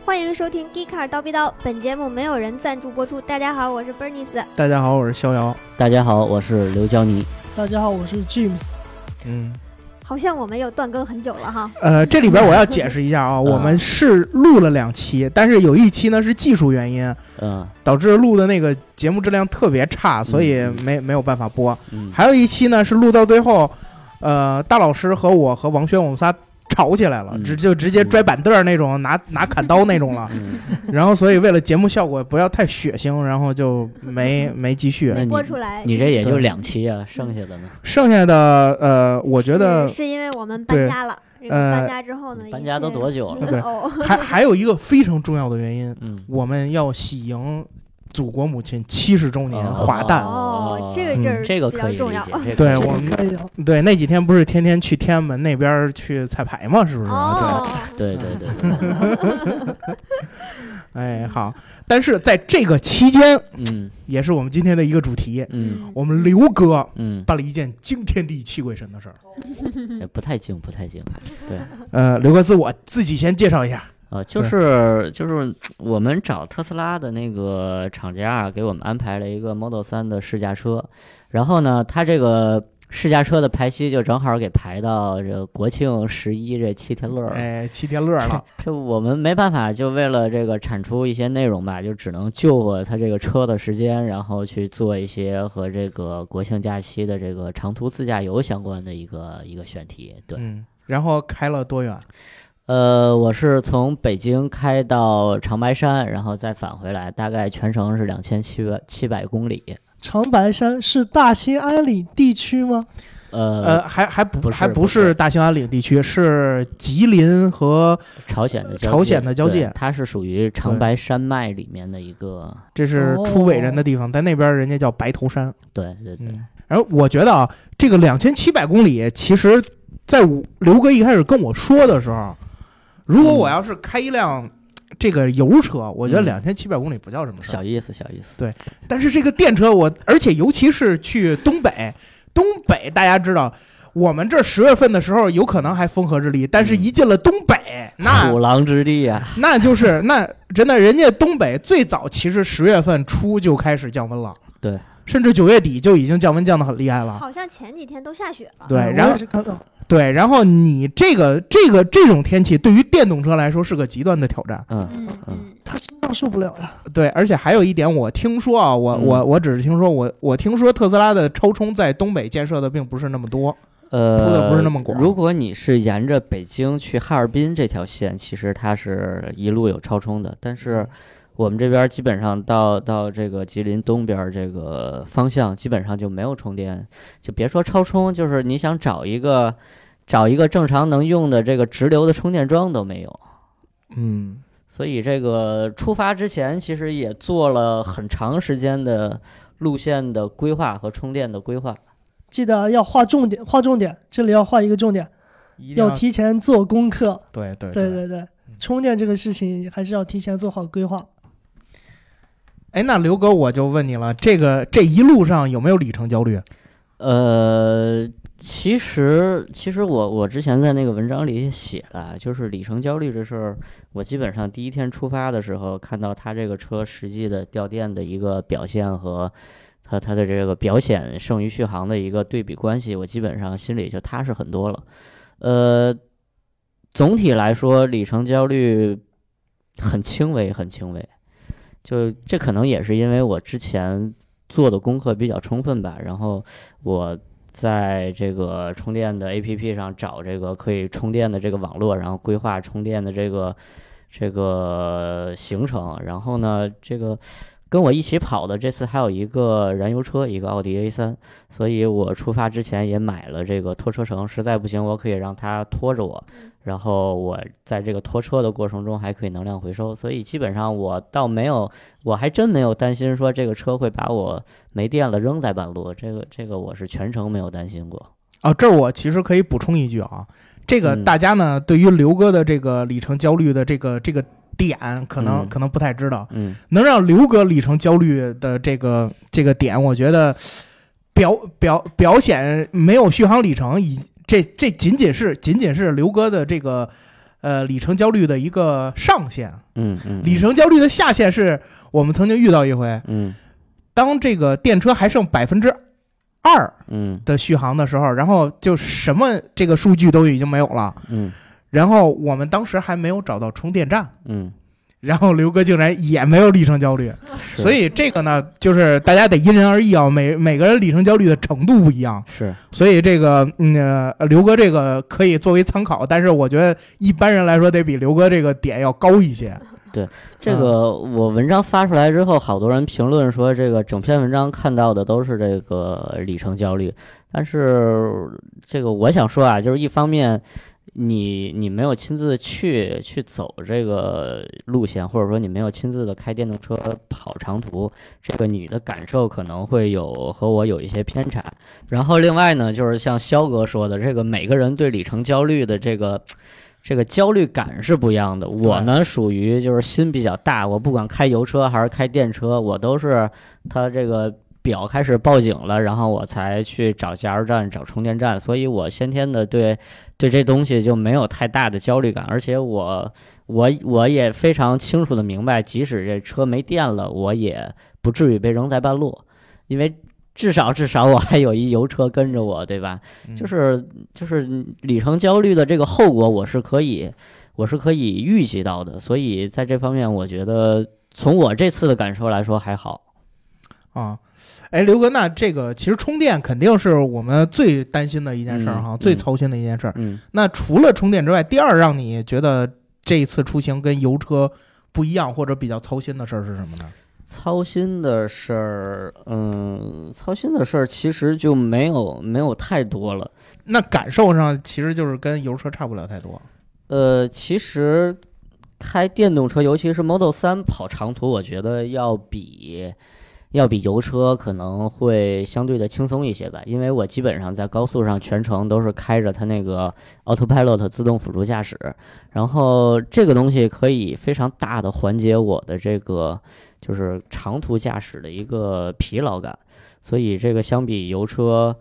欢迎收听《Geek Car 叨逼叨》，本节目没有人赞助播出。大家好，我是 Bernice。 大家好，我是逍遥。 大家好，我是刘娇妮。 大家好，我是 James。 好像我们有断更很久了哈。 这里边我要解释一下啊，我们是录了2期，但是有一期呢是技术原因，导致录的那个节目质量特别差，所以没有办法播。还有一期呢是录到最后，大老师和我和王轩我们仨吵起来了，就直接拽板凳那种，拿砍刀那种了。然后所以为了节目效果不要太血腥，然后就没继续播出来。 你这也就2期啊，剩下的呢？ 剩下的我觉得是因为我们搬家了。搬家之后呢？ 搬家都多久了？ 对，还有一个非常重要的原因，我们要喜迎祖国母亲70周年华诞。 这个比较重要。 对，我们对那几天不是天天去天安门那边去彩排吗？是不是？ 对。 哎，好，但是在这个期间，也是我们今天的一个主题，我们刘哥，办了一件惊天地泣鬼神的事儿， 不太惊， 对，刘哥自己先介绍一下。 就是我们找特斯拉的那个厂家给我们安排了一个 Model 3的试驾车，然后呢，他这个试驾车的排期就正好给排到这国庆11这7天乐。 7天乐了。 这我们没办法，就为了这个产出一些内容吧，就只能救活他这个车的时间，然后去做一些和这个国庆假期的这个长途自驾游相关的一个选题。对， 然后开了多远？ 我是从北京开到长白山，然后再返回来，大概全程是2700公里。 长白山是大兴安岭地区吗？ 还不是大兴安岭地区，是吉林和朝鲜的交界。 它是属于长白山脉里面的一个， 这是出伟人的地方，在那边人家叫白头山。 对。 然后我觉得啊，这个2700公里，其实在刘哥一开始跟我说的时候，如果我要是开一辆这个油车，我觉得2700公里不叫什么事， 小意思。 对，但是这个电车而且尤其是去东北大家知道，我们这10月份的时候有可能还风和日丽，但是一进了东北，那虎狼之地啊， 那真的，人家东北最早其实10月份初就开始降温了， 对， 甚至9月底就已经降温降得很厉害了， 好像前几天都下雪了。 对，然后你这种天气对于电动车来说是个极端的挑战。 他身上受不了呀。 对，而且还有一点，我听说啊，我只是听说，我听说特斯拉的超充在东北建设的并不是那么多，铺的不是那么广。 如果你是沿着北京去哈尔滨这条线，其实它是一路有超充的，但是我们这边基本上到这个吉林东边这个方向，基本上就没有充电，就别说超充，就是你想找一个正常能用的这个直流的充电桩都没有。所以这个出发之前其实也做了很长时间的路线的规划和充电的规划。 记得要划重点，这里要划一个重点，要提前做功课。 对， 充电这个事情还是要提前做好规划。 那刘哥我就问你了，这一路上有没有里程焦虑？ 其实我之前在那个文章里写了，就是里程焦虑这事儿，我基本上第一天出发的时候，看到他这个车实际的掉电的一个表现和它的这个表显剩余续航的一个对比关系，我基本上心里就踏实很多了。总体来说里程焦虑很轻微，就这可能也是因为我之前做的功课比较充分吧，然后我在这个充电的 APP 上找这个可以充电的这个网络，然后规划充电的这个行程，然后呢这个跟我一起跑的这次还有一个燃油车，一个奥迪 A3， 所以我出发之前也买了这个拖车绳，实在不行我可以让它拖着我，然后我在这个拖车的过程中还可以能量回收，所以基本上我还真没有担心说这个车会把我没电了扔在半路，这个我是全程没有担心过。 这儿我其实可以补充一句啊，这个大家呢对于刘哥的这个里程焦虑的这个点可能不太知道，能让刘哥里程焦虑的这个点，我觉得表显没有续航里程，这仅仅是刘哥的这个里程焦虑的一个上限。里程焦虑的下限是我们曾经遇到一回，当这个电车还剩2%的续航的时候，然后就什么这个数据都已经没有了，然后我们当时还没有找到充电站，然后刘哥竟然也没有里程焦虑，所以这个呢，就是大家得因人而异啊，每个人里程焦虑的程度不一样， 是， 所以这个刘哥这个可以作为参考，但是我觉得一般人来说得比刘哥这个点要高一些。 对，这个我文章发出来之后，好多人评论说这个整篇文章看到的都是这个里程焦虑，但是这个我想说啊，就是一方面你没有亲自去走这个路线，或者说你没有亲自的开电动车跑长途，这个你的感受可能会和我有一些偏差。然后另外呢，就是像肖哥说的，这个每个人对里程焦虑的这个焦虑感是不一样的。我呢属于就是心比较大，我不管开油车还是开电车，我都是它这个表开始报警了，然后我才去找加油站找充电站，所以我先天的对这东西就没有太大的焦虑感，而且我也非常清楚的明白，即使这车没电了，我也不至于被扔在半路，因为至少我还有一油车跟着我，对吧？就是里程焦虑的这个后果，我是可以预计到的，所以在这方面，我觉得从我这次的感受来说还好。 啊，哎，刘哥，那这个其实充电肯定是我们最担心的一件事哈，最操心的一件事。那除了充电之外，第二让你觉得这一次出行跟油车不一样或者比较操心的事儿是什么呢？ 操心的事儿其实就没有太多了。 那感受上其实就是跟油车差不了太多。 其实开电动车，尤其是 Model 3跑长途，我觉得要比油车可能会相对的轻松一些吧，因为我基本上在高速上全程都是开着它那个 Autopilot 自动辅助驾驶，然后这个东西可以非常大的缓解我的这个就是长途驾驶的一个疲劳感，所以这个相比油车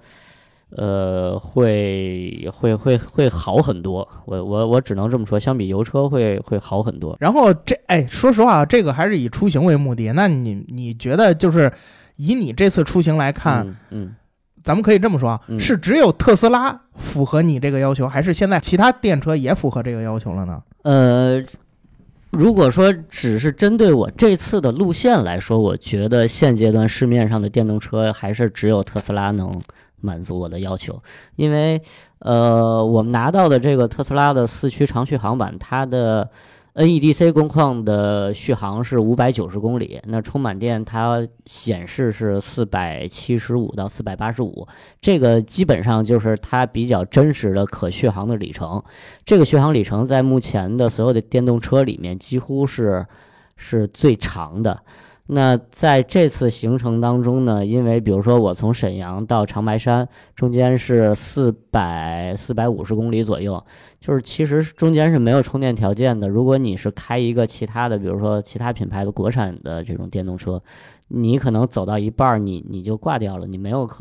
会好很多，我只能这么说，相比油车会好很多。 然后说实话，这个还是以出行为目的。那你觉得就是以你这次出行来看，咱们可以这么说啊，是只有特斯拉符合你这个要求，还是现在其他电车也符合这个要求了呢？ 如果说只是针对我这次的路线来说，我觉得现阶段市面上的电动车还是只有特斯拉能满足我的要求，因为我们拿到的这个特斯拉的4驱长续航版，它的 NEDC 工况的续航是590公里，那充满电它显示是475到485，这个基本上就是它比较真实的可续航的里程。这个续航里程在目前的所有的电动车里面几乎是最长的。那在这次行程当中呢，因为比如说我从沈阳到长白山中间是450公里左右，就是其实中间是没有充电条件的。如果你是开一个其他的，比如说其他品牌的国产的这种电动车，你可能走到一半你就挂掉了，你没有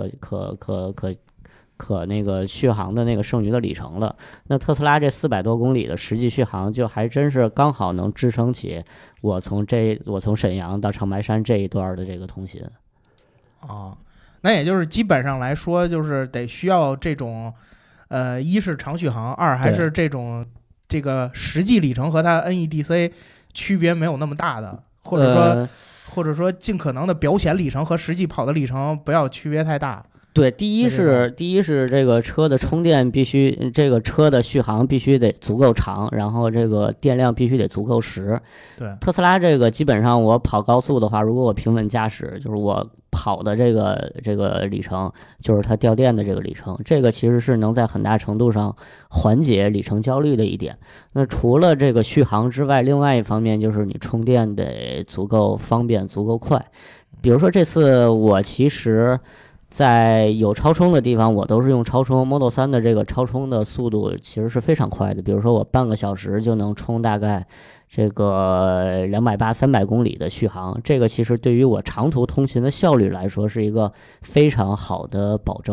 可那个续航的那个剩余的里程了。那特斯拉这400多公里的实际续航就还真是刚好能支撑起我从沈阳到长白山这一段的这个通勤。 那也就是基本上来说，就是得需要这种一是长续航，二还是这个实际里程和它 NEDC 区别没有那么大的，或者说尽可能的表显里程和实际跑的里程不要区别太大。 对，第一是这个车的充电必须，这个车的续航必须得足够长，然后这个电量必须得足够实。 对， 特斯拉这个基本上我跑高速的话，如果我平稳驾驶，就是我跑的这个里程，就是它掉电的这个里程，这个其实是能在很大程度上缓解里程焦虑的一点。那除了这个续航之外，另外一方面就是你充电得足够方便、足够快。比如说这次我其实在有超充的地方，我都是用超充。Model 3的这个超充的速度其实是非常快的，比如说我半个小时就能充大概这个280、300公里的续航，这个其实对于我长途通勤的效率来说是一个非常好的保证。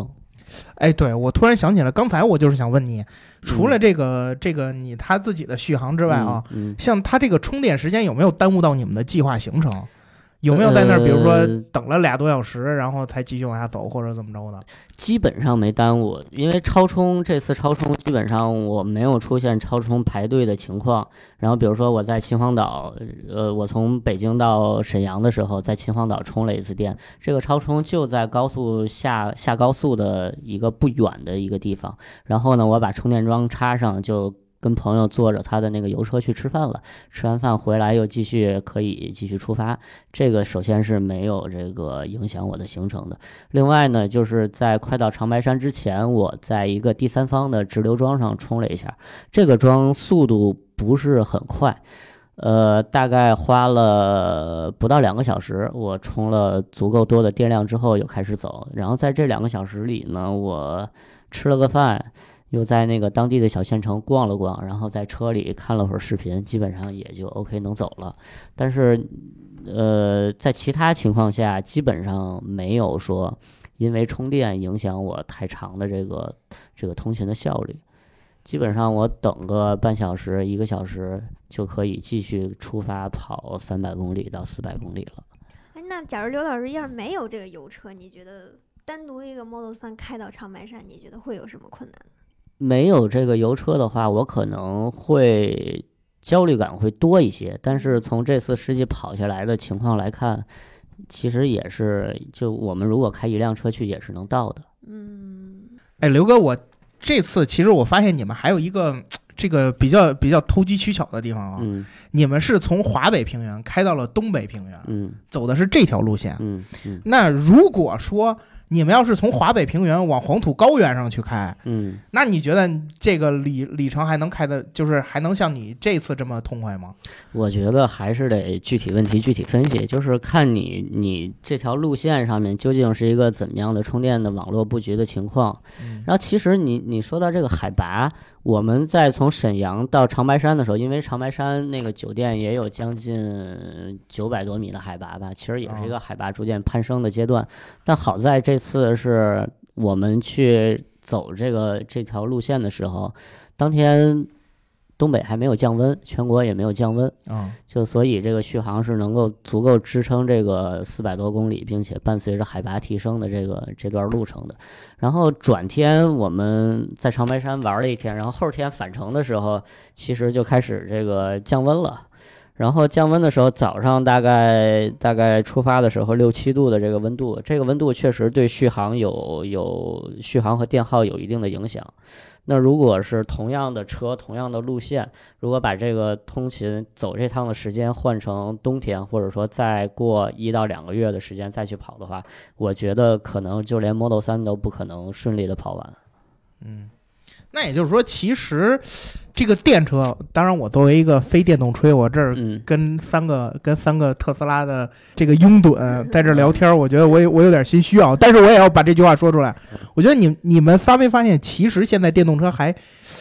哎，对，我突然想起来，刚才我就是想问你，除了这个他自己的续航之外啊，像他这个充电时间有没有耽误到你们的计划行程？有没有在那儿，比如说等了2多小时，然后才继续往下走，或者怎么着的？ 基本上没耽误，因为这次超充基本上我没有出现超充排队的情况。然后比如说我在秦皇岛，我从北京到沈阳的时候，在秦皇岛充了一次电，这个超充就在高速下高速的一个不远的一个地方。然后呢，我把充电桩插上就。跟朋友坐着他的那个油车去吃饭了，吃完饭回来又可以继续出发。这个首先是没有这个影响我的行程的。另外呢，就是在快到长白山之前，我在一个第三方的直流桩上充了一下，这个桩速度不是很快，大概花了不到2个小时，我充了足够多的电量之后又开始走。然后在这2个小时里呢，我吃了个饭。又在那个当地的小县城逛了逛，然后在车里看了会儿视频，基本上也就 OK 能走了。但是，在其他情况下，基本上没有说因为充电影响我太长的这个通勤的效率。基本上我等个半小时、1个小时就可以继续出发跑300公里到400公里了。 哎，那假如刘老师要是没有这个油车，你觉得单独一个 Model 3开到长白山，你觉得会有什么困难？ 没有这个油车的话，我可能会焦虑感会多一些，但是从这次实际跑下来的情况来看，其实也是，就我们如果开一辆车去也是能到的。 哎，刘哥，我这次其实我发现你们还有一个这个比较投机取巧的地方啊，你们是从华北平原开到了东北平原，走的是这条路线，那如果说你们要是从华北平原往黄土高原上去开，那你觉得这个里程还能开的，就是还能像你这次这么痛快吗？ 我觉得还是得具体问题具体分析，就是看你这条路线上面究竟是一个怎么样的充电的网络布局的情况。然后其实你说到这个海拔，我们在从沈阳到长白山的时候，因为长白山那个酒店也有将近900多米的海拔吧，其实也是一个海拔逐渐攀升的阶段。但好在这次是我们去走这条路线的时候，当天东北还没有降温，全国也没有降温，就所以这个续航是能够足够支撑这个400多公里，并且伴随着海拔提升的这段路程的。然后转天我们在长白山玩了一天，然后后天返程的时候，其实就开始这个降温了。然后降温的时候，早上大概出发的时候6、7度的这个温度，这个温度确实对续航有续航和电耗有一定的影响。那如果是同样的车、同样的路线，如果把这个通勤走这趟的时间换成冬天，或者说再过1到2个月的时间再去跑的话，我觉得可能就连 Model 3都不可能顺利的跑完。 那也就是说，其实这个电车，当然我作为一个非电动吹，我这儿跟三个特斯拉的这个拥趸在这聊天，我觉得我有点心虚啊。但是我也要把这句话说出来。我觉得你们发没发现，其实现在电动车还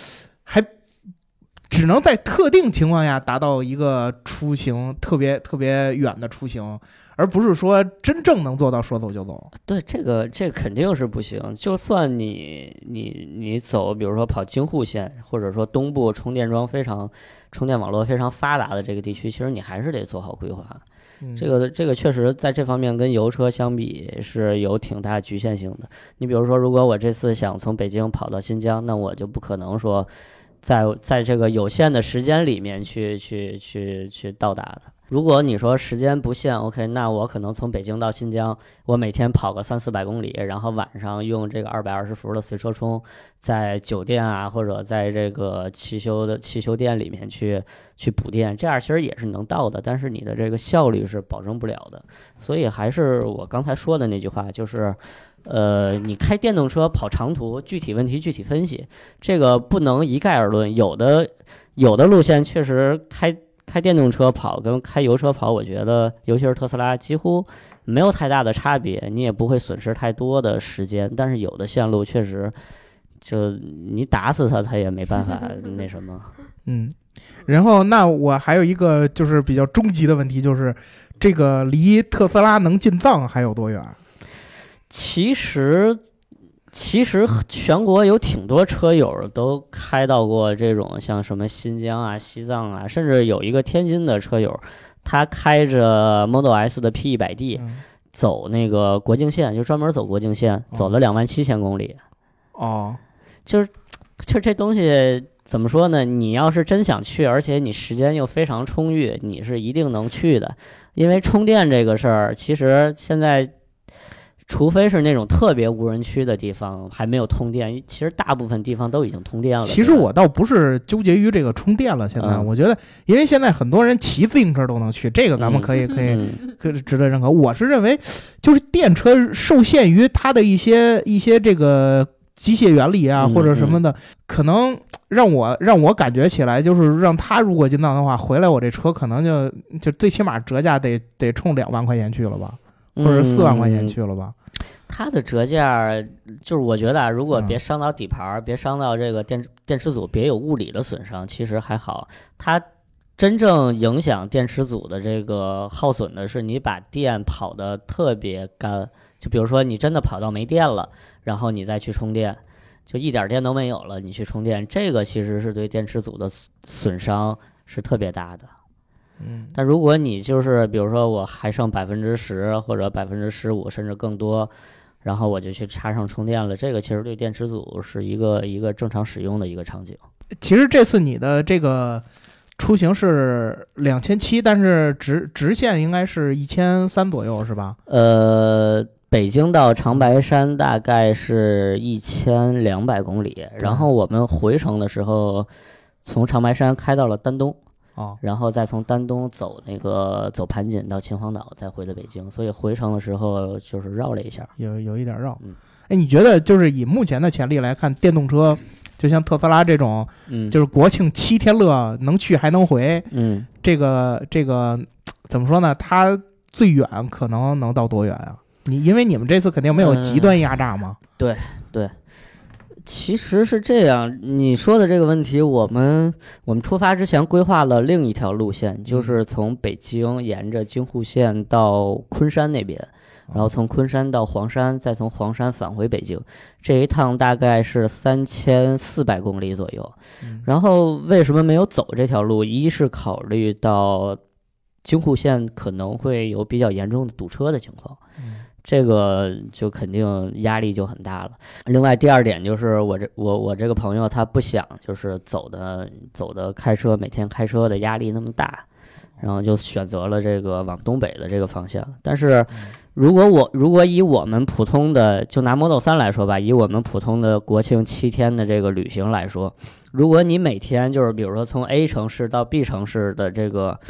只能在特定情况下达到一个出行特别远的出行，而不是说真正能做到说走就走。 对，这肯定是不行。就算你走，比如说跑京沪线，或者说东部充电网络非常发达的这个地区，其实你还是得做好规划。这个确实在这方面跟油车相比是有挺大局限性的。你比如说，如果我这次想从北京跑到新疆，那我就不可能说在这个有限的时间里面去到达的。如果你说时间不限 OK， 那我可能从北京到新疆，我每天跑个300-400公里，然后晚上用这个220伏的随车充，在酒店啊或者在这个汽修店里面去补电，这样其实也是能到的，但是你的这个效率是保证不了的。所以还是我刚才说的那句话，就是你开电动车跑长途，具体问题具体分析，这个不能一概而论。有的路线确实开电动车跑跟开油车跑，我觉得尤其是特斯拉几乎没有太大的差别，你也不会损失太多的时间。但是有的线路确实，就你打死它也没办法那什么。 然后那我还有一个就是比较终极的问题，就是这个离特斯拉能进藏还有多远？ 其实其实全国有挺多车友都开到过这种像什么新疆啊、西藏啊，甚至有一个天津的车友，他开着 Model S 的 P100D、走那个国境线，就专门走国境线，走了27000公里。就是这东西怎么说呢？你要是真想去，而且你时间又非常充裕，你是一定能去的。因为充电这个事儿，其实现在除非是那种特别无人区的地方还没有通电，其实大部分地方都已经通电了。 其实我倒不是纠结于这个充电了，现在、我觉得，因为现在很多人骑自行车都能去，这个咱们可以值得认可。我是认为，就是电车受限于它的一些这个机械原理啊，或者什么的，可能让我感觉起来，就是让他如果进藏的话，回来我这车可能就最起码折价得冲2万块钱去了吧，或者4万块钱去了吧。 它的折价就是我觉得如果别伤到底盘，别伤到这个电池组，别有物理的损伤，其实还好。它真正影响电池组的这个耗损的是你把电跑得特别干，就比如说你真的跑到没电了，然后你再去充电，就一点电都没有了，你去充电，这个其实是对电池组的损伤是特别大的。但如果你就是比如说我还剩10%或者15%甚至更多，然后我就去插上充电了，这个其实对电池组是一个正常使用的一个场景。 其实这次你的这个出行是2700，但是直线应该是1300左右是吧？ 北京到长白山大概是1200公里，然后我们回程的时候从长白山开到了丹东。然后再从丹东走盘锦到秦皇岛，再回的北京，所以回程的时候就是绕了一下， 有一点绕。你觉得就是以目前的潜力来看，电动车就像特斯拉这种，就是国庆7天乐能去还能回，这个怎么说呢？它最远可能能到多远啊？因为你们这次肯定没有极端压榨嘛。 对。其实是这样，你说的这个问题，我们出发之前规划了另一条路线，就是从北京沿着京沪线到昆山那边，然后从昆山到黄山，再从黄山返回北京，这一趟大概是3400公里左右。然后为什么没有走这条路？一是考虑到京沪线可能会有比较严重的堵车的情况。这个就肯定压力就很大了。另外第二点就是我这个朋友他不想就是走的开车每天开车的压力那么大，然后就选择了这个往东北的这个方向。但是如果以我们普通的就拿 Model 3来说吧，以我们普通的国庆7天的这个旅行来说，如果你每天就是比如说从 A 城市到 B 城市的这个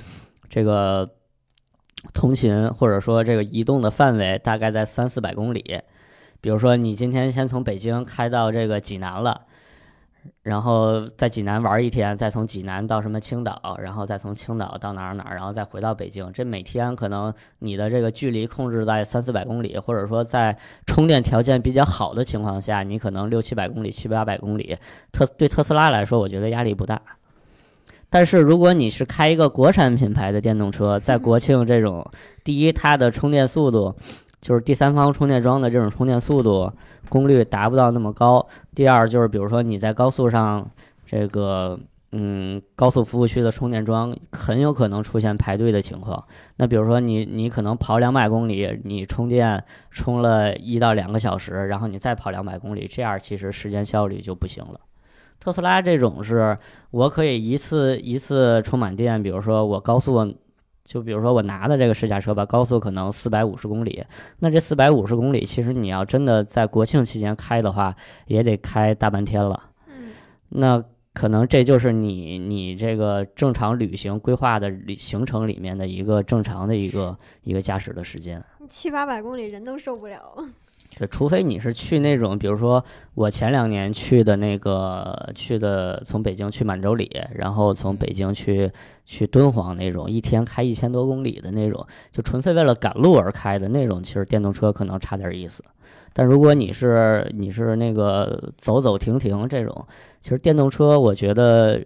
通勤或者说这个移动的范围大概在300-400公里，比如说你今天先从北京开到这个济南了，然后在济南玩一天，再从济南到什么青岛，然后再从青岛到哪儿，然后再回到北京，这每天可能你的这个距离控制在300-400公里，或者说在充电条件比较好的情况下，你可能600-700公里、700-800公里，对特斯拉来说我觉得压力不大。但是如果你是开一个国产品牌的电动车，在国庆这种，第一它的充电速度就是第三方充电桩的这种充电速度功率达不到那么高，第二就是比如说你在高速上这个高速服务区的充电桩很有可能出现排队的情况，那比如说你可能跑200公里，你充电充了1到2个小时，然后你再跑200公里，这样其实时间效率就不行了。特斯拉这种是我可以一次充满电，比如说我高速，就比如说我拿的这个试驾车吧，高速可能450公里，那这450公里其实你要真的在国庆期间开的话，也得开大半天了。那可能这就是你这个正常旅行规划的行程里面的一个正常的一个驾驶的时间。 700-800公里人都受不了。 除非你是去那种，比如说我前2年去的从北京去满洲里，然后从北京去敦煌那种，一天开1000多公里的那种，就纯粹为了赶路而开的那种，其实电动车可能差点意思。但如果你是那个走走停停这种，其实电动车我觉得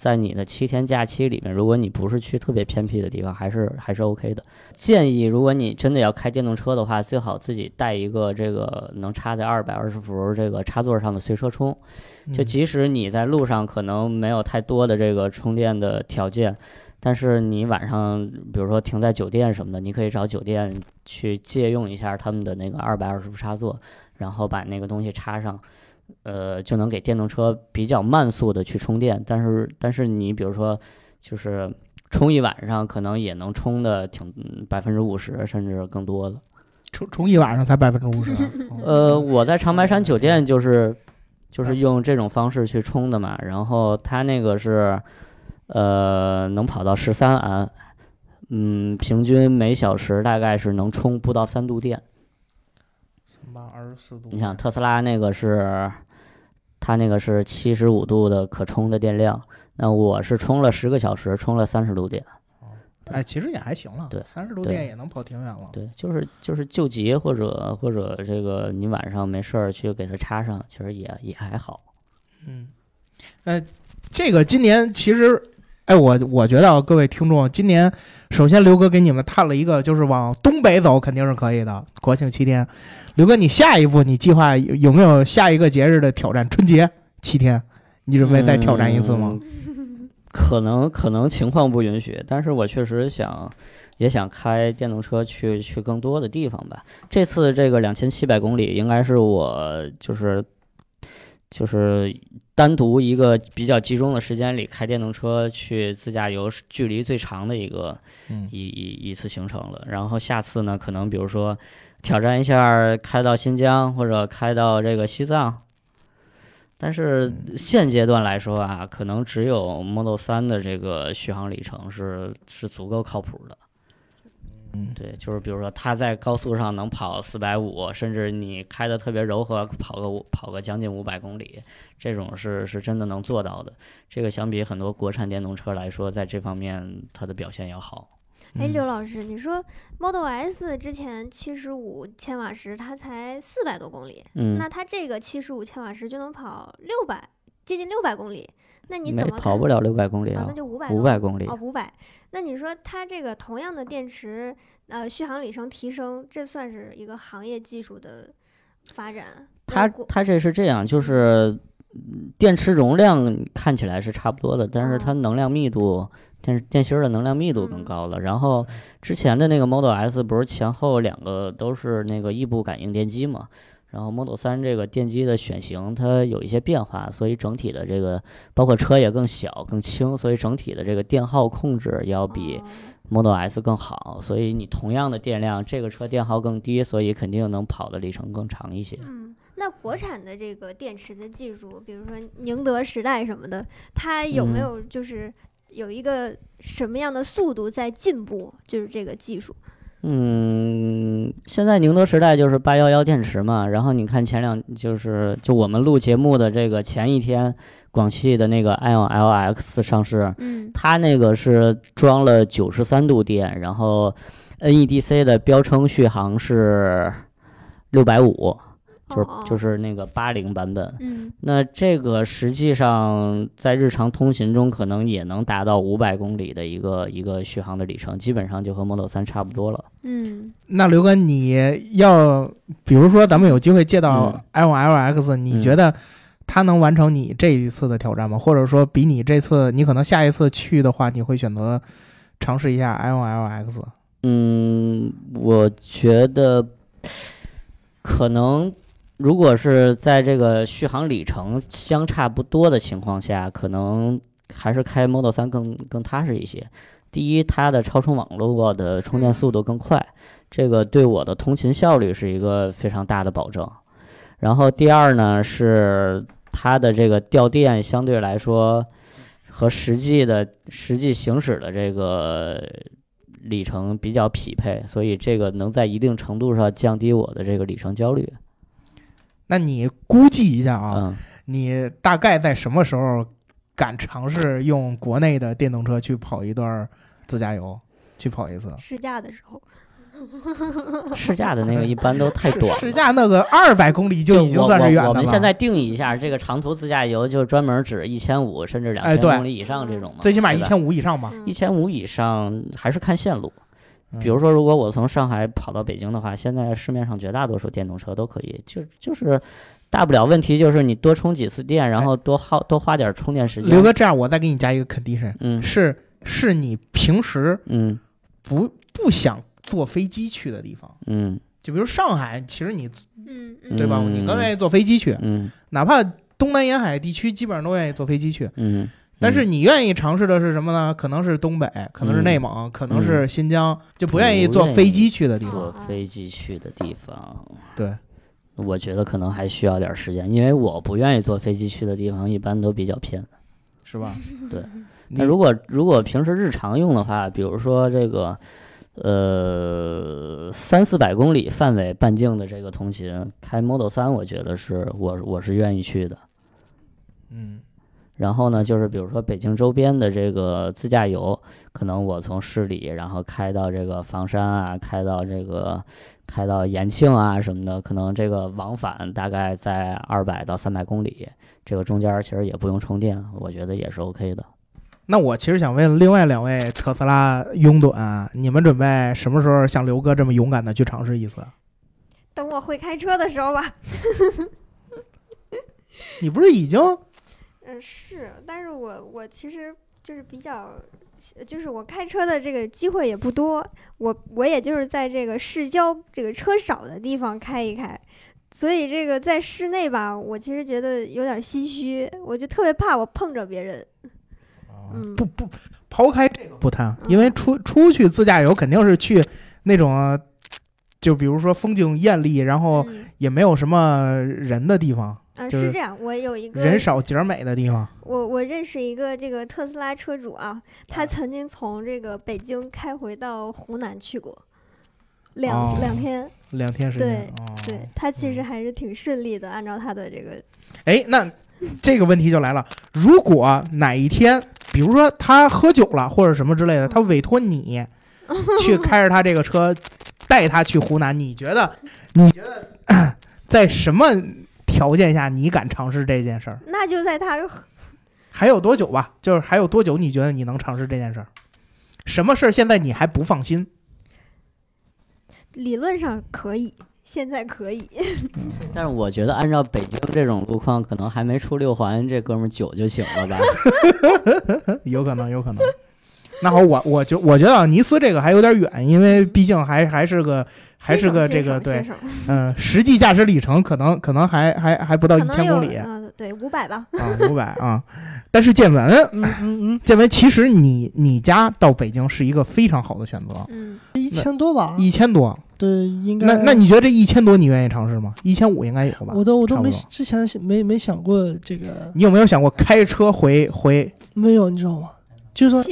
在你的7天假期里面，如果你不是去特别偏僻的地方，还是 OK 的。建议如果你真的要开电动车的话，最好自己带一个这个能插在220伏这个插座上的随车充，就即使你在路上可能没有太多的这个充电的条件，但是你晚上比如说停在酒店什么的，你可以找酒店去借用一下他们的那个220伏插座，然后把那个东西插上，就能给电动车比较慢速的去充电。但是你比如说就是充一晚上，可能也能充的挺50%甚至更多的。 充一晚上才50%？ 我在长白山酒店就是用这种方式去充的嘛，然后它那个是能跑到13安，平均每小时大概是能充不到3度电。 24度。 你想特斯拉那个是，它那个是75度的可充的电量，那我是充了10个小时，充了30度电。 哎，其实也还行了， 对 ，30度电也能跑挺远了。 对，就是救急或者这个你晚上没事儿去给它插上，其实也还好。 这个今年其实，哎，我觉得各位听众，今年首先刘哥给你们探了一个，就是往东北走肯定是可以的，国庆7天。刘哥，你下一步你计划有没有下一个节日的挑战？春节7天，你准备再挑战一次吗？ 可能情况不允许，但是我确实也想开电动车去更多的地方吧。这次这个2700公里应该是我就是单独一个比较集中的时间里开电动车去自驾游距离最长的一次行程了。然后下次呢，可能比如说挑战一下开到新疆或者开到这个西藏。但是现阶段来说啊，可能只有 Model 3的这个续航里程是足够靠谱的。对，就是比如说它在高速上能跑450，甚至你开的特别柔和，跑个将近500公里，这种是真的能做到的。这个相比很多国产电动车来说，在这方面它的表现要好。 哎，刘老师，你说 Model S 之前75千瓦时，它才400多公里，那它这个75千瓦时就能跑接近600公里，那你怎么跑不了600公里啊？ 那就500公里哦 ，500。那你说它这个同样的电池，续航里程提升，这算是一个行业技术的发展？ 它这是这样，就是电池容量看起来是差不多的，但是它能量密度。电芯的能量密度更高了。然后之前的那个 Model S 不是前后2个都是那个异步感应电机嘛？然后 Model 3这个电机的选型它有一些变化，所以整体的这个包括车也更小更轻，所以整体的这个电耗控制要比 Model S 更好。所以你同样的电量，这个车电耗更低，所以肯定能跑的里程更长一些。 那国产的这个电池的技术，比如说宁德时代什么的，它有没有就是有一个什么样的速度在进步？就是这个技术。 现在宁德时代就是811电池嘛，然后你看就我们录节目的这个前一天，广汽的那个 ION LX 上市，它那个是装了93度电，然后 NEDC 的标称续航是650。就是那个80版本，那这个实际上在日常通勤中可能也能达到500公里的一个续航的里程，基本上就和 Model 3差不多了。 那刘哥，你要比如说咱们有机会借到 i1 LX，你觉得它能完成你这一次的挑战吗？或者说比你这次，你可能下一次去的话，你会选择尝试一下 i1 LX？ 我觉得可能。如果是在这个续航里程相差不多的情况下，可能还是开 Model 3更踏实一些。第一，它的超充网络的充电速度更快，这个对我的通勤效率是一个非常大的保证。然后第二呢，是它的这个掉电相对来说和实际行驶的这个里程比较匹配，所以这个能在一定程度上降低我的这个里程焦虑。 那你估计一下啊，你大概在什么时候敢尝试用国内的电动车去跑一段自驾游，去跑一次？ 试驾的时候。 试驾的那个一般都太短了， 试驾那个200公里就已经算是远的了。 我们现在定义一下，这个长途自驾游就专门指1500甚至2000公里以上这种嘛， 最起码1500以上吧。 1500以上还是看线路。比如说，如果我从上海跑到北京的话，现在市面上绝大多数电动车都可以，就是大不了问题就是你多充几次电，然后多花点充电时间。 刘哥，这样我再给你加一个 condition，是你平时不想坐飞机去的地方，就比如上海，其实你对吧？你更愿意坐飞机去，哪怕东南沿海地区基本上都愿意坐飞机去，但是你愿意尝试的是什么呢？可能是东北，可能是内蒙，可能是新疆，就不愿意坐飞机去的地方。 坐飞机去的地方， 对， 我觉得可能还需要点时间，因为我不愿意坐飞机去的地方一般都比较偏， 是吧？ 对。那如果平时日常用的话，比如说这个300-400公里范围半径的这个通勤，开 Model 3，我觉得是我是愿意去的。然后呢，就是比如说北京周边的这个自驾游，可能我从市里，然后开到这个房山啊，开到延庆啊什么的，可能这个往返大概在200到300公里，这个中间其实也不用充电，我觉得也是 OK 的。 那我其实想问另外2位特斯拉拥趸，你们准备什么时候像刘哥这么勇敢的去尝试一次？ 等我会开车的时候吧。 你不是已经？ 是，但是我其实就是比较，就是我开车的这个机会也不多，我也就是在这个市郊这个车少的地方开一开，所以这个在室内吧，我其实觉得有点唏嘘，我就特别怕我碰着别人。 不，抛开这个不谈，因为出去自驾游肯定是去那种，就比如说风景艳丽，然后也没有什么人的地方。 是这样，我有一个人少景美的地方。 我认识一个这个特斯拉车主啊，他曾经从这个北京开回到湖南去过，两天时间。对，他其实还是挺顺利的，按照他的这个。 那这个问题就来了，如果哪一天，比如说他喝酒了或者什么之类的，他委托你去开着他这个车带他去湖南，你觉得在什么条件下你敢尝试这件事儿？ 那就在他还有多久吧，就是还有多久你觉得你能尝试这件事儿？什么事儿现在你还不放心？ 理论上可以，现在可以。 但是我觉得按照北京这种路况，可能还没出6环，这哥们儿酒就醒了吧？ 有可能。那好，我觉得尼斯这个还有点远，因为毕竟还是个这个对，实际驾驶里程可能还不到1000公里， 对，500吧 ，500啊。但是建文，建文，其实你家到北京是一个非常好的选择 ，1000多吧 ，1000多， 对，应该。 那你觉得这1000多你愿意尝试吗？1500应该有吧？ 我都之前没想过这个。 你有没有想过开车回？ 没有，你知道吗？就是说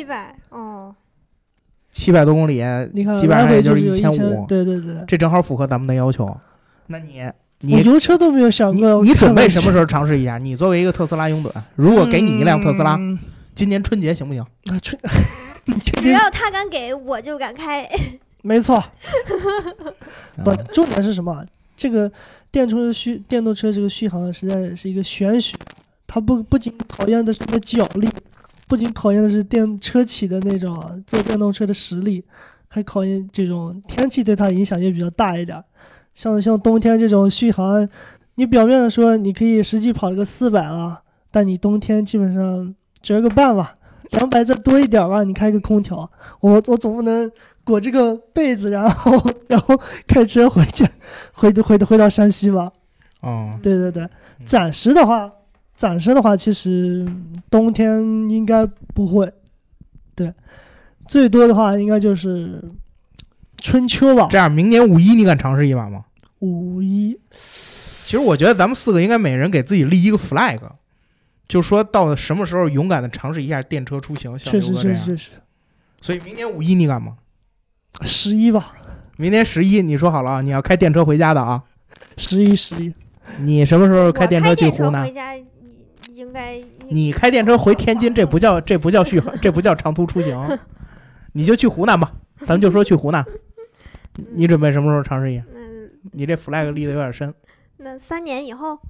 700多公里， 你看基本上也就是1500， 对， 这正好符合咱们的要求。那你油车都没有想过， 你准备什么时候尝试一下？你作为一个特斯拉拥趸，如果给你一辆特斯拉，今年春节行不行？ 只要他敢给，我就敢开。 没错。不，重点是什么？这个电动车这个续航实在是一个玄学，它不仅考验的是你的脚力。不仅考验的是车企的那种做电动车的实力，还考验这种天气对它影响也比较大一点。像冬天这种续航，你表面上说你可以实际跑了个400了，但你冬天基本上折个半吧，200再多一点吧，你开个空调，我总不能裹这个被子然后开车回到山西吧？对，暂时的话，其实冬天应该不会，对，最多的话应该就是春秋吧。 这样，明年5·1你敢尝试一把吗 ？5·1， 其实我觉得咱们4个应该每人给自己立一个 flag， 就说到什么时候勇敢的尝试一下电车出行，像刘哥这样。确实。所以明年5·1你敢吗 ？11吧。 明年11，你说好了啊，你要开电车回家的啊。 11。你什么时候开电车去湖南？ 回家应该。 你开电车回天津，这不叫续航，这不叫长途出行，你就去湖南吧，咱们就说去湖南。 你准备什么时候尝试一下？你这 flag 立的有点深。 那3年以后。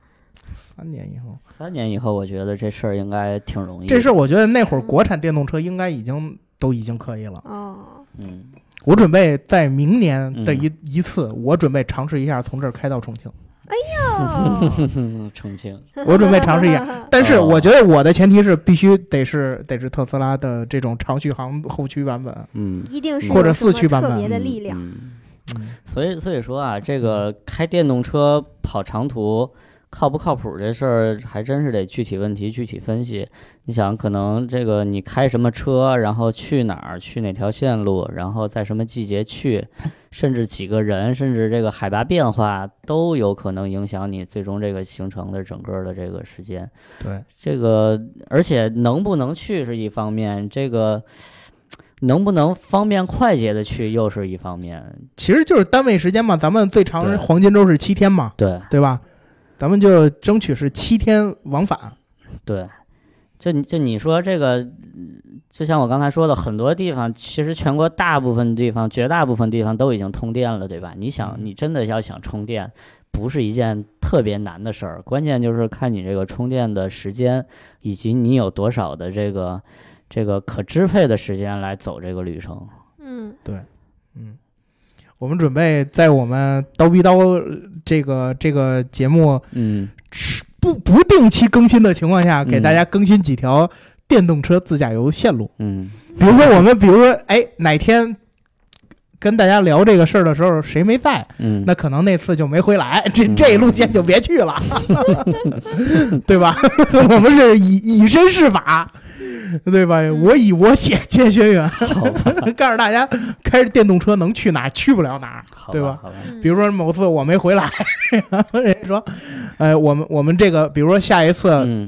3年以后 ，3年以后，我觉得这事儿应该挺容易。 这事儿我觉得那会儿国产电动车应该都已经可以了。我准备在明年的一次，我准备尝试一下从这儿开到重庆。 哎呦， 重庆！ 我准备尝试一下，但是我觉得我的前提是必须得是特斯拉的这种长续航后驱版本， 一定是或者4驱版本特别的力量。 所以说啊，这个开电动车跑长途靠不靠谱这事儿，还真是得具体问题具体分析。你想，可能这个你开什么车，然后去哪儿，去哪条线路，然后在什么季节去，甚至几个人，甚至这个海拔变化，都有可能影响你最终这个行程的整个的这个时间。 对， 这个而且能不能去是一方面，这个能不能方便快捷的去又是一方面。 其实就是单位时间嘛，咱们最长黄金周是7天嘛，对吧？咱们就争取是7天往返。 对，就你说这个，就像我刚才说的，很多地方其实全国大部分地方、绝大部分地方都已经通电了，对吧？你想，你真的要想充电，不是一件特别难的事儿，关键就是看你这个充电的时间，以及你有多少的这个可支配的时间来走这个旅程。 对，我们准备在我们刀逼刀这个节目，不定期更新的情况下，给大家更新几条电动车自驾游线路。比如说哪天跟大家聊这个事儿的时候，谁没在，那可能那次就没回来，这路线就别去了，对吧？我们是以身试法。对吧？我以我血见轩辕，告诉大家开着电动车能去哪儿，去不了哪儿，对吧？比如说某次我没回来，人家说，我们这个，比如说下一次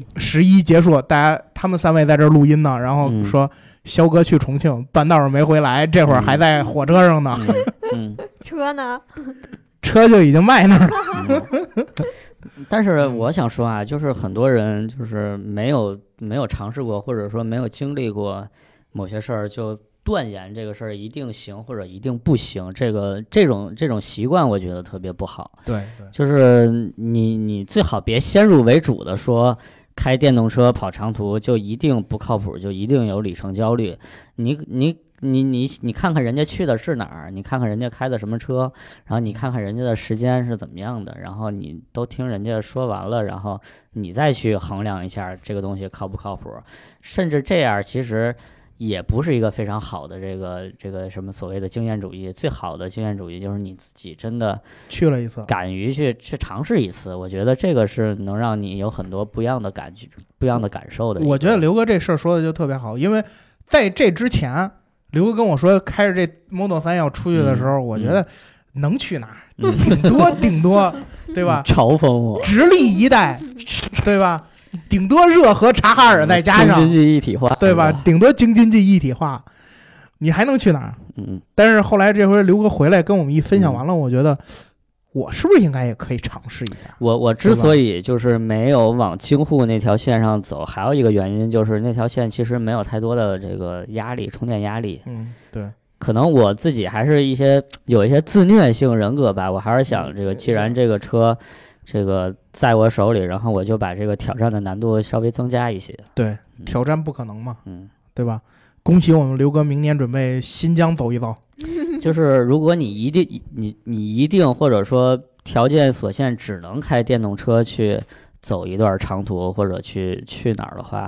11结束，他们3位在这儿录音呢，然后说肖哥去重庆，半道儿没回来，这会儿还在火车上呢。 车呢？ 车就已经卖那儿了。 但是我想说啊，就是很多人就是没有尝试过，或者说没有经历过某些事儿，就断言这个事儿一定行或者一定不行。这种习惯，我觉得特别不好。 对， 就是你最好别先入为主的说开电动车跑长途就一定不靠谱，就一定有里程焦虑。你看看人家去的是哪儿，你看看人家开的什么车，然后你看看人家的时间是怎么样的，然后你都听人家说完了，然后你再去衡量一下这个东西靠不靠谱。甚至这样其实也不是一个非常好的这个什么所谓的经验主义。最好的经验主义就是你自己真的去了一次， 敢于去尝试一次。我觉得这个是能让你有很多不一样的感觉、不一样的感受的。 我觉得刘哥这事儿说的就特别好，因为在这之前，刘哥跟我说开着这 Model 3要出去的时候，我觉得能去哪儿？顶多，对吧？ 嘲讽我， 直立一代，对吧？顶多热河察哈尔再加上京津冀一体化， 对吧？顶多京津冀一体化，你还能去哪儿？但是后来这回刘哥回来跟我们一分享完了，我觉得我是不是应该也可以尝试一下？ 我之所以就是没有往京沪那条线上走，还有一个原因就是那条线其实没有太多的这个压力，充电压力。 对。 可能我自己还是有一些自虐性人格吧，我还是想这个，既然这个车这个在我手里，然后我就把这个挑战的难度稍微增加一些。 对，挑战不可能嘛，对吧？恭喜我们刘哥明年准备新疆走一走。 就是如果你一定或者说条件所限只能开电动车去走一段长途或者去哪儿的话，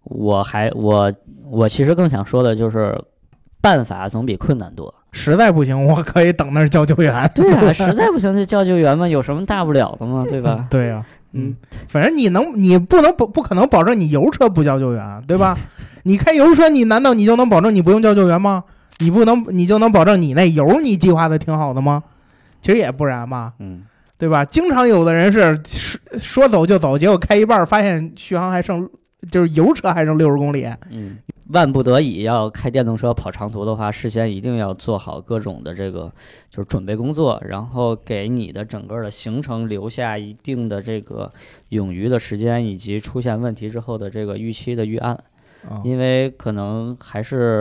我其实更想说的就是办法总比困难多。 实在不行我可以等那儿叫救援。 对啊，实在不行就叫救援嘛，有什么大不了的嘛，对吧？ 对啊，反正你不可能保证你油车不叫救援，对吧？你开油车，你难道你就能保证你不用叫救援吗？你就能保证你那油你计划的挺好的吗？其实也不然嘛，对吧？经常有的人是说走就走，结果开一半发现续航就是油车还剩60公里。 万不得已要开电动车跑长途的话，事先一定要做好各种的这个就是准备工作，然后给你的整个的行程留下一定的这个冗余的时间，以及出现问题之后的这个预期的预案。因为可能还是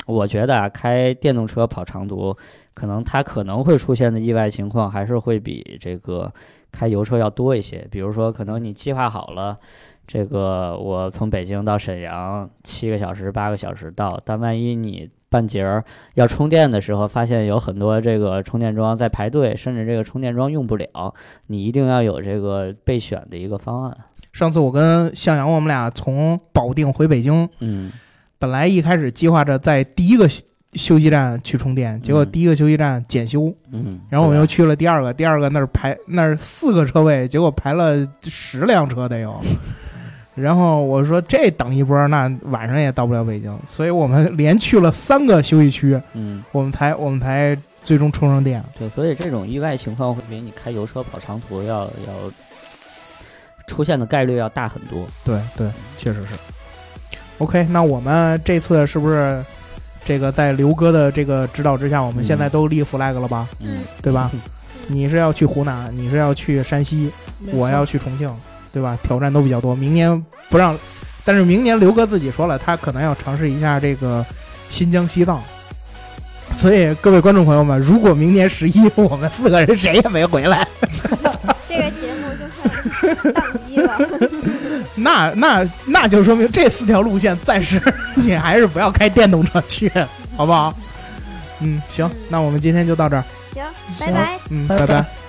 我觉得开电动车跑长途，可能会出现的意外情况还是会比这个开油车要多一些。比如说，可能你计划好了，这个我从北京到沈阳7个小时、8个小时到，但万一你半截儿要充电的时候，发现有很多这个充电桩在排队，甚至这个充电桩用不了，你一定要有这个备选的一个方案。 上次我跟向阳我们俩从保定回北京，本来一开始计划着在第一个休息站去充电，结果第一个休息站检修，然后我们又去了第二个那儿4个车位，结果排了10辆车得有。然后我说这等一波，那晚上也到不了北京，所以我们连去了3个休息区，我们才最终充上电。 对，所以这种意外情况会比你开油车跑长途要出现的概率要大很多。 对，确实是。OK， 那我们这次是不是这个在刘哥的这个指导之下，我们现在都立 flag 了吧？对吧？你是要去湖南，你是要去山西，我要去重庆。对吧？挑战都比较多，明年不让，但是明年刘哥自己说了，他可能要尝试一下这个新疆、西藏。所以各位观众朋友们，如果明年11我们4个人谁也没回来， 这个节目就算宕机了。 那就说明这4条路线暂时你还是不要开电动车去，好不好？行，那我们今天就到这儿。 行，拜拜。 拜拜。